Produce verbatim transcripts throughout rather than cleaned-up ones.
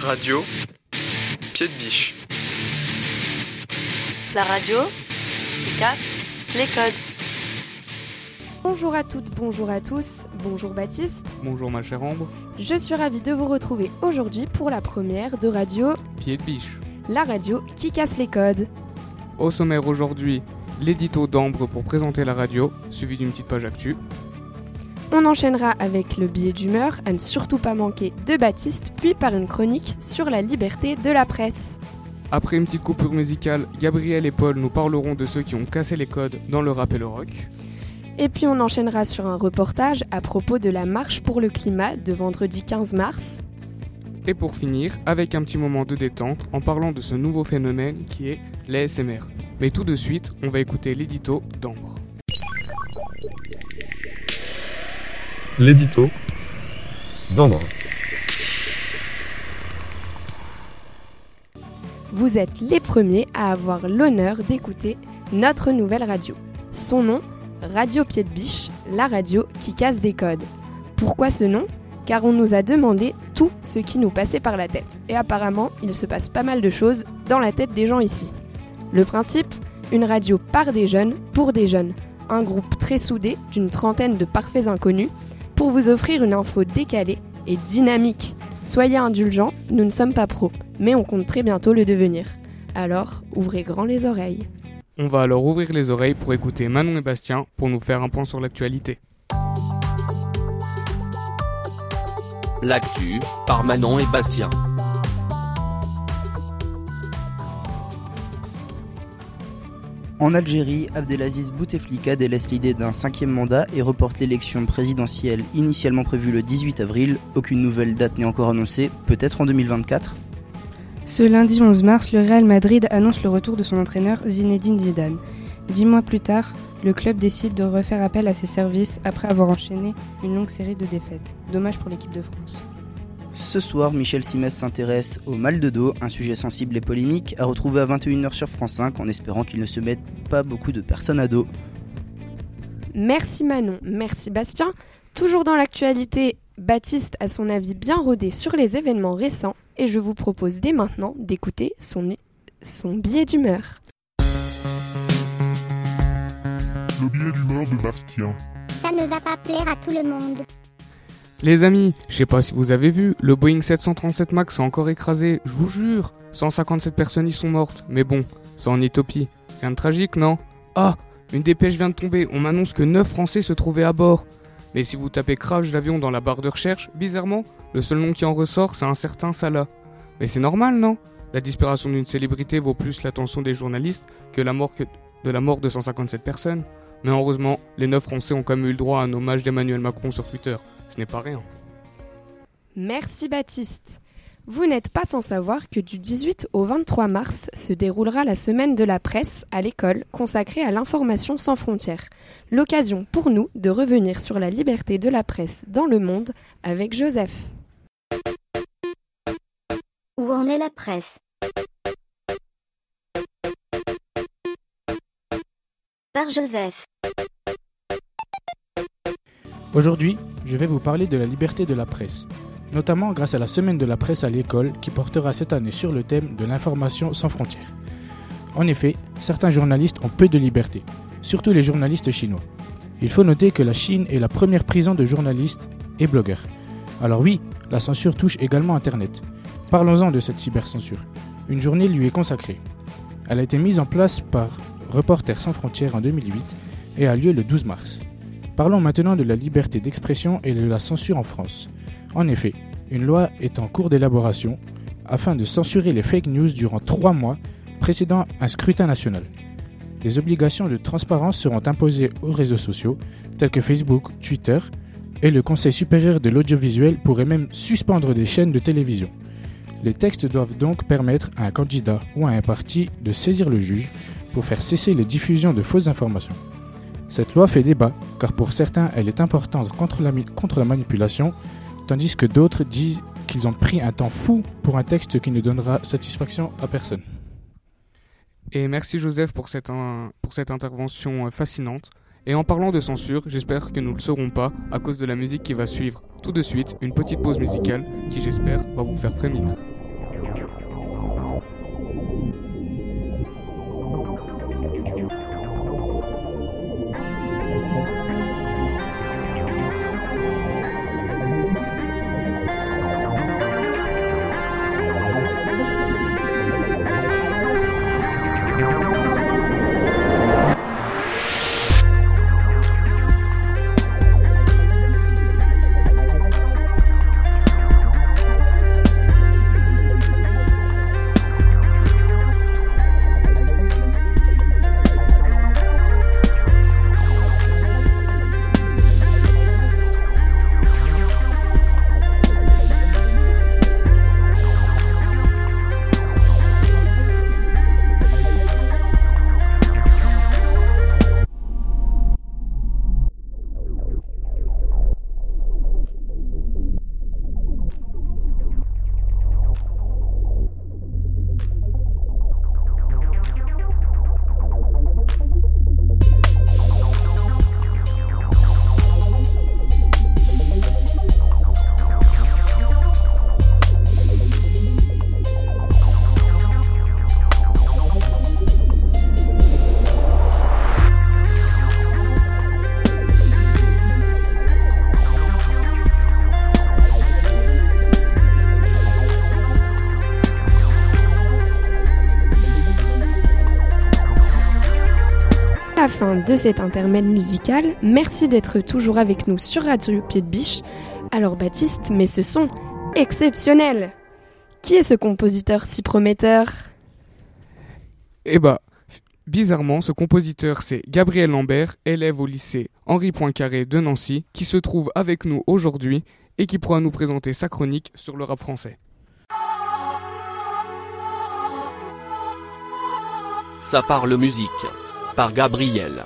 Radio, pied de biche. La radio qui casse les codes. Bonjour à toutes, bonjour à tous, bonjour Baptiste. Bonjour ma chère Ambre. Je suis ravie de vous retrouver aujourd'hui pour la première de Radio Pied de biche. La radio qui casse les codes. Au sommaire aujourd'hui, l'édito d'Ambre pour présenter la radio, suivi d'une petite page actu. On enchaînera avec le billet d'humeur, à ne surtout pas manquer de Baptiste, puis par une chronique sur la liberté de la presse. Après une petite coupure musicale, Gabriel et Paul nous parleront de ceux qui ont cassé les codes dans le rap et le rock. Et puis on enchaînera sur un reportage à propos de la marche pour le climat de vendredi quinze mars. Et pour finir, avec un petit moment de détente en parlant de ce nouveau phénomène qui est l'A S M R. Mais tout de suite, on va écouter l'édito d'Ambre. L'édito d'Ambre. Vous êtes les premiers à avoir l'honneur d'écouter notre nouvelle radio. Son nom, Radio Pied de Biche, la radio qui casse des codes. Pourquoi ce nom ? Car on nous a demandé tout ce qui nous passait par la tête. Et apparemment, il se passe pas mal de choses dans la tête des gens ici. Le principe ? Une radio par des jeunes, pour des jeunes. Un groupe très soudé d'une trentaine de parfaits inconnus pour vous offrir une info décalée et dynamique. Soyez indulgents, nous ne sommes pas pros, mais on compte très bientôt le devenir. Alors, ouvrez grand les oreilles. On va alors ouvrir les oreilles pour écouter Manon et Bastien pour nous faire un point sur l'actualité. L'actu par Manon et Bastien. En Algérie, Abdelaziz Bouteflika délaisse l'idée d'un cinquième mandat et reporte l'élection présidentielle initialement prévue le dix-huit avril. Aucune nouvelle date n'est encore annoncée, peut-être en deux mille vingt-quatre. Ce lundi onze mars, le Real Madrid annonce le retour de son entraîneur Zinedine Zidane. Dix mois plus tard, le club décide de refaire appel à ses services après avoir enchaîné une longue série de défaites. Dommage pour l'équipe de France. Ce soir, Michel Simès s'intéresse au mal de dos, un sujet sensible et polémique, à retrouver à vingt et une heures sur France cinq en espérant qu'il ne se mette pas beaucoup de personnes à dos. Merci Manon, merci Bastien. Toujours dans l'actualité, Baptiste a son avis bien rodé sur les événements récents et je vous propose dès maintenant d'écouter son, son billet d'humeur. Le billet d'humeur de Bastien. Ça ne va pas plaire à tout le monde. Les amis, je sais pas si vous avez vu, le Boeing sept cent trente-sept Max a encore écrasé, je vous jure. cent cinquante-sept personnes y sont mortes, mais bon, c'est en Éthiopie. Rien de tragique, non ? Ah, une dépêche vient de tomber, on m'annonce que neuf Français se trouvaient à bord. Mais si vous tapez crash d'avion dans la barre de recherche, bizarrement, le seul nom qui en ressort, c'est un certain Salah. Mais c'est normal, non ? La disparition d'une célébrité vaut plus l'attention des journalistes que la mort que de la mort de cent cinquante-sept personnes. Mais heureusement, les neuf Français ont quand même eu le droit à un hommage d'Emmanuel Macron sur Twitter. Ce n'est pas rien. Merci Baptiste. Vous n'êtes pas sans savoir que du dix-huit au vingt-trois mars se déroulera la semaine de la presse à l'école consacrée à l'information sans frontières. L'occasion pour nous de revenir sur la liberté de la presse dans le monde avec Joseph. Où en est la presse ? Par Joseph. Aujourd'hui, je vais vous parler de la liberté de la presse, notamment grâce à la semaine de la presse à l'école qui portera cette année sur le thème de l'information sans frontières. En effet, certains journalistes ont peu de liberté, surtout les journalistes chinois. Il faut noter que la Chine est la première prison de journalistes et blogueurs. Alors oui, la censure touche également Internet. Parlons-en de cette cybercensure. Une journée lui est consacrée. Elle a été mise en place par Reporters sans frontières en deux mille huit et a lieu le douze mars. Parlons maintenant de la liberté d'expression et de la censure en France. En effet, une loi est en cours d'élaboration afin de censurer les fake news durant trois mois précédant un scrutin national. Des obligations de transparence seront imposées aux réseaux sociaux tels que Facebook, Twitter, et le Conseil supérieur de l'audiovisuel pourrait même suspendre des chaînes de télévision. Les textes doivent donc permettre à un candidat ou à un parti de saisir le juge pour faire cesser les diffusions de fausses informations. Cette loi fait débat, car pour certains, elle est importante contre la, contre la manipulation, tandis que d'autres disent qu'ils ont pris un temps fou pour un texte qui ne donnera satisfaction à personne. Et merci Joseph pour cette, un, pour cette intervention fascinante. Et en parlant de censure, j'espère que nous ne le serons pas à cause de la musique qui va suivre. Tout de suite, une petite pause musicale qui, j'espère, va vous faire frémir. fin de cet intermède musical. Merci d'être toujours avec nous sur Radio Pied de Biche. Alors Baptiste, mais ce son exceptionnel. Qui est ce compositeur si prometteur ? Eh bah, bizarrement, ce compositeur, c'est Gabriel Lambert, élève au lycée Henri Poincaré de Nancy, qui se trouve avec nous aujourd'hui et qui pourra nous présenter sa chronique sur le rap français. Ça parle musique, par Gabriel.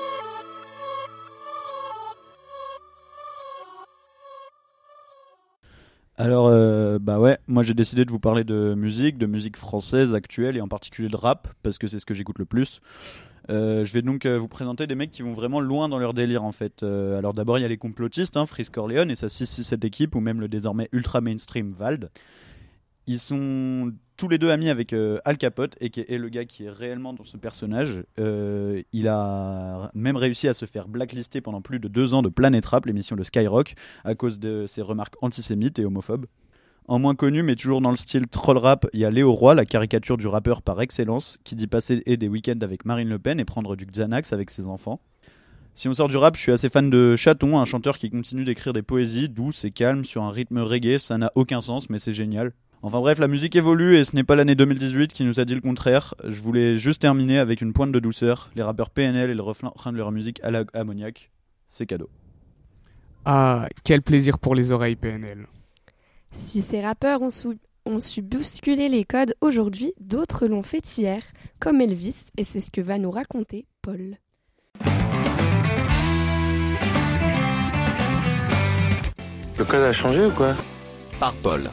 Alors, euh, bah ouais, moi j'ai décidé de vous parler de musique, de musique française actuelle et en particulier de rap, parce que c'est ce que j'écoute le plus. Euh, je vais donc euh, vous présenter des mecs qui vont vraiment loin dans leur délire en fait. Euh, alors d'abord il y a les complotistes, hein, Freeze Corleone et sa six cent soixante-sept équipe, ou même le désormais ultra mainstream Vald. Ils sont tous les deux amis avec euh, Al Capote, et qui est le gars qui est réellement dans ce personnage. Euh, il a même réussi à se faire blacklister pendant plus de deux ans de Planet Rap, l'émission de Skyrock, à cause de ses remarques antisémites et homophobes. En moins connu, mais toujours dans le style troll rap, il y a Léo Roy, la caricature du rappeur par excellence, qui dit passer des week-ends avec Marine Le Pen et prendre du Xanax avec ses enfants. Si on sort du rap, je suis assez fan de Chaton, un chanteur qui continue d'écrire des poésies douces et calmes sur un rythme reggae. Ça n'a aucun sens, mais c'est génial. Enfin bref, la musique évolue et ce n'est pas l'année deux mille dix-huit qui nous a dit le contraire. Je voulais juste terminer avec une pointe de douceur. Les rappeurs P N L et le refrain de leur musique à l'ammoniaque, c'est cadeau. Ah, quel plaisir pour les oreilles P N L. Si ces rappeurs ont, sou- ont su bousculer les codes aujourd'hui, d'autres l'ont fait hier, comme Elvis, et c'est ce que va nous raconter Paul. Le code a changé ou quoi ? Par Paul.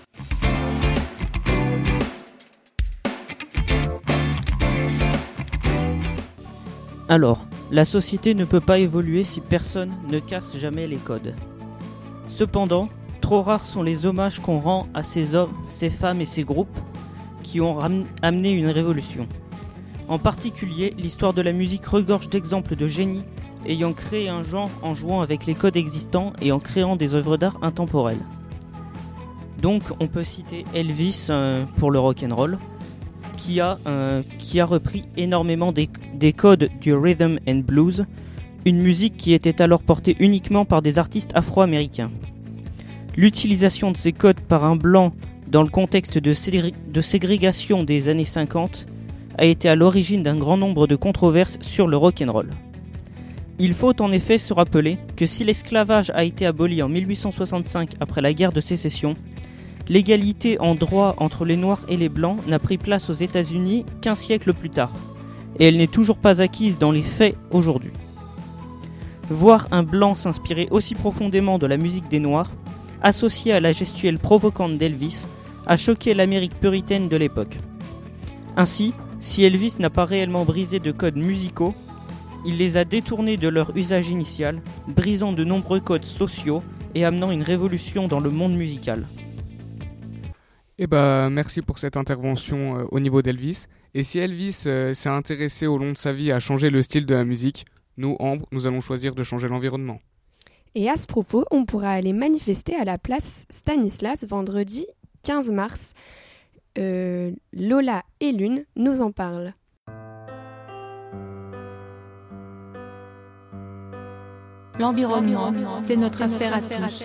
Alors, la société ne peut pas évoluer si personne ne casse jamais les codes. Cependant, trop rares sont les hommages qu'on rend à ces hommes, ces femmes et ces groupes qui ont ram- amené une révolution. En particulier, l'histoire de la musique regorge d'exemples de génies ayant créé un genre en jouant avec les codes existants et en créant des œuvres d'art intemporelles. Donc, on peut citer Elvis euh, pour le rock'n'roll, qui a, euh, qui a repris énormément des, des codes du rhythm and blues, une musique qui était alors portée uniquement par des artistes afro-américains. L'utilisation de ces codes par un blanc dans le contexte de, ségr- de ségrégation des années cinquante a été à l'origine d'un grand nombre de controverses sur le rock'n'roll. Il faut en effet se rappeler que si l'esclavage a été aboli en mille huit cent soixante-cinq après la guerre de sécession, l'égalité en droit entre les Noirs et les Blancs n'a pris place aux États-Unis qu'un siècle plus tard, et elle n'est toujours pas acquise dans les faits aujourd'hui. Voir un Blanc s'inspirer aussi profondément de la musique des Noirs, associée à la gestuelle provocante d'Elvis, a choqué l'Amérique puritaine de l'époque. Ainsi, si Elvis n'a pas réellement brisé de codes musicaux, il les a détournés de leur usage initial, brisant de nombreux codes sociaux et amenant une révolution dans le monde musical. Eh bah, merci pour cette intervention euh, au niveau d'Elvis. Et si Elvis euh, s'est intéressé au long de sa vie à changer le style de la musique, nous, Ambre, nous allons choisir de changer l'environnement. Et à ce propos, on pourra aller manifester à la place Stanislas vendredi quinze mars. Euh, Lola et Lune nous en parlent. L'environnement, c'est notre affaire à tous.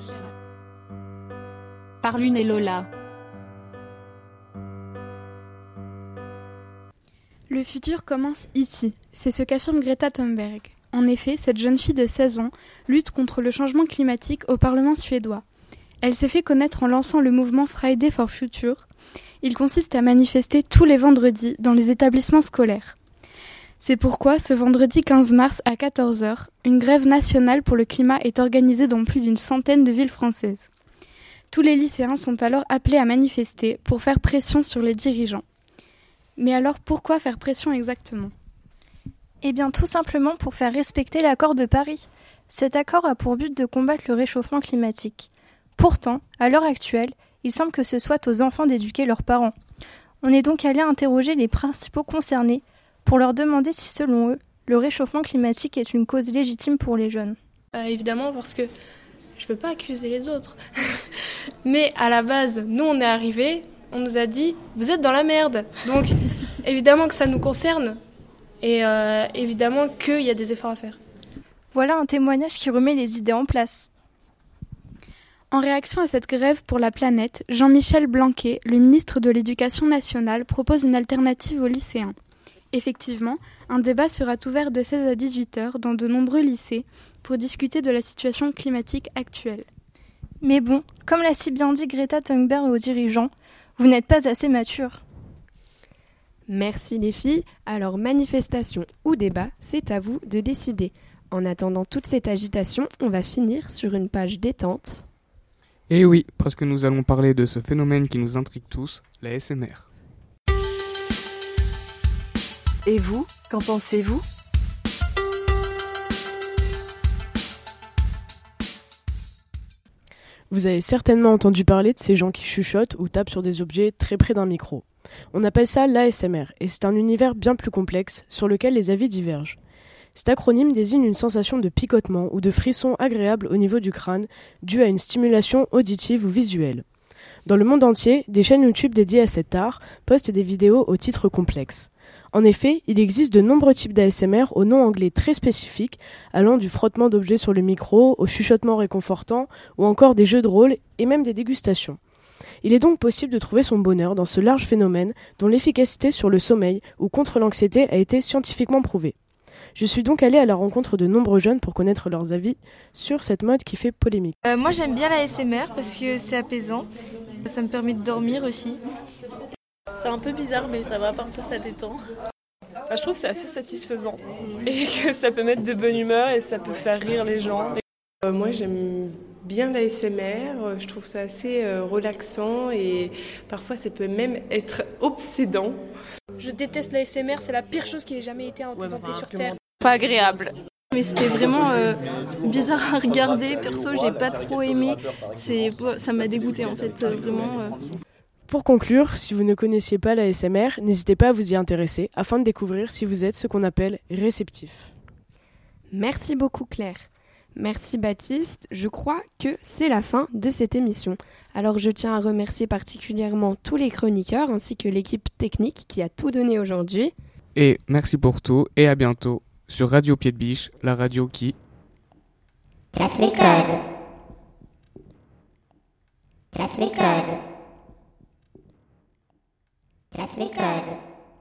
Par Lune et Lola. Le futur commence ici, c'est ce qu'affirme Greta Thunberg. En effet, cette jeune fille de seize ans lutte contre le changement climatique au Parlement suédois. Elle s'est fait connaître en lançant le mouvement Friday for Future. Il consiste à manifester tous les vendredis dans les établissements scolaires. C'est pourquoi, ce vendredi quinze mars à quatorze heures, une grève nationale pour le climat est organisée dans plus d'une centaine de villes françaises. Tous les lycéens sont alors appelés à manifester pour faire pression sur les dirigeants. Mais alors pourquoi faire pression exactement ? Eh bien tout simplement pour faire respecter l'accord de Paris. Cet accord a pour but de combattre le réchauffement climatique. Pourtant, à l'heure actuelle, il semble que ce soit aux enfants d'éduquer leurs parents. On est donc allé interroger les principaux concernés pour leur demander si, selon eux, le réchauffement climatique est une cause légitime pour les jeunes. Euh, évidemment, parce que je ne veux pas accuser les autres. Mais à la base, nous, on est arrivés, on nous a dit « vous êtes dans la merde ». Donc, évidemment que ça nous concerne. Et euh, évidemment qu'il y a des efforts à faire. Voilà un témoignage qui remet les idées en place. En réaction à cette grève pour la planète, Jean-Michel Blanquer, le ministre de l'Éducation nationale, propose une alternative aux lycéens. Effectivement, un débat sera ouvert de seize à dix-huit heures dans de nombreux lycées pour discuter de la situation climatique actuelle. Mais bon, comme l'a si bien dit Greta Thunberg aux dirigeants, vous n'êtes pas assez matures. Merci les filles. Alors manifestation ou débat, c'est à vous de décider. En attendant toute cette agitation, on va finir sur une page détente. Et oui, parce que nous allons parler de ce phénomène qui nous intrigue tous, la A S M R. Et vous, qu'en pensez-vous ? Vous avez certainement entendu parler de ces gens qui chuchotent ou tapent sur des objets très près d'un micro. On appelle ça l'A S M R, et c'est un univers bien plus complexe sur lequel les avis divergent. Cet acronyme désigne une sensation de picotement ou de frisson agréable au niveau du crâne, due à une stimulation auditive ou visuelle. Dans le monde entier, des chaînes YouTube dédiées à cet art postent des vidéos aux titres complexes. En effet, il existe de nombreux types d'A S M R au nom anglais très spécifiques, allant du frottement d'objets sur le micro, au chuchotement réconfortant, ou encore des jeux de rôle et même des dégustations. Il est donc possible de trouver son bonheur dans ce large phénomène dont l'efficacité sur le sommeil ou contre l'anxiété a été scientifiquement prouvée. Je suis donc allée à la rencontre de nombreux jeunes pour connaître leurs avis sur cette mode qui fait polémique. Euh, moi j'aime bien l'A S M R parce que c'est apaisant, ça me permet de dormir aussi. C'est un peu bizarre mais ça va, parfois ça détend. Bah, je trouve que c'est assez satisfaisant et que ça peut mettre de bonne humeur et ça peut faire rire les gens. Euh, moi j'aime bien l'A S M R, je trouve ça assez euh, relaxant et parfois ça peut même être obsédant. Je déteste l'A S M R, c'est la pire chose qui ait jamais été inventée ouais, enfin, sur Terre. Pas agréable. Mais c'était vraiment euh, bizarre à regarder, perso j'ai pas trop aimé, c'est, ça m'a dégoûté en fait, euh, vraiment. Euh... Pour conclure, si vous ne connaissiez pas l'A S M R, n'hésitez pas à vous y intéresser afin de découvrir si vous êtes ce qu'on appelle réceptif. Merci beaucoup Claire. Merci Baptiste, je crois que c'est la fin de cette émission. Alors je tiens à remercier particulièrement tous les chroniqueurs ainsi que l'équipe technique qui a tout donné aujourd'hui. Et merci pour tout et à bientôt sur Radio Pied de Biche, la radio qui... casse les codes. Casse les codes. Casse les codes.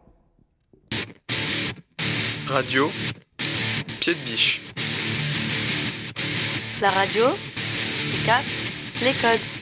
Radio Pied de Biche. La radio qui casse les codes.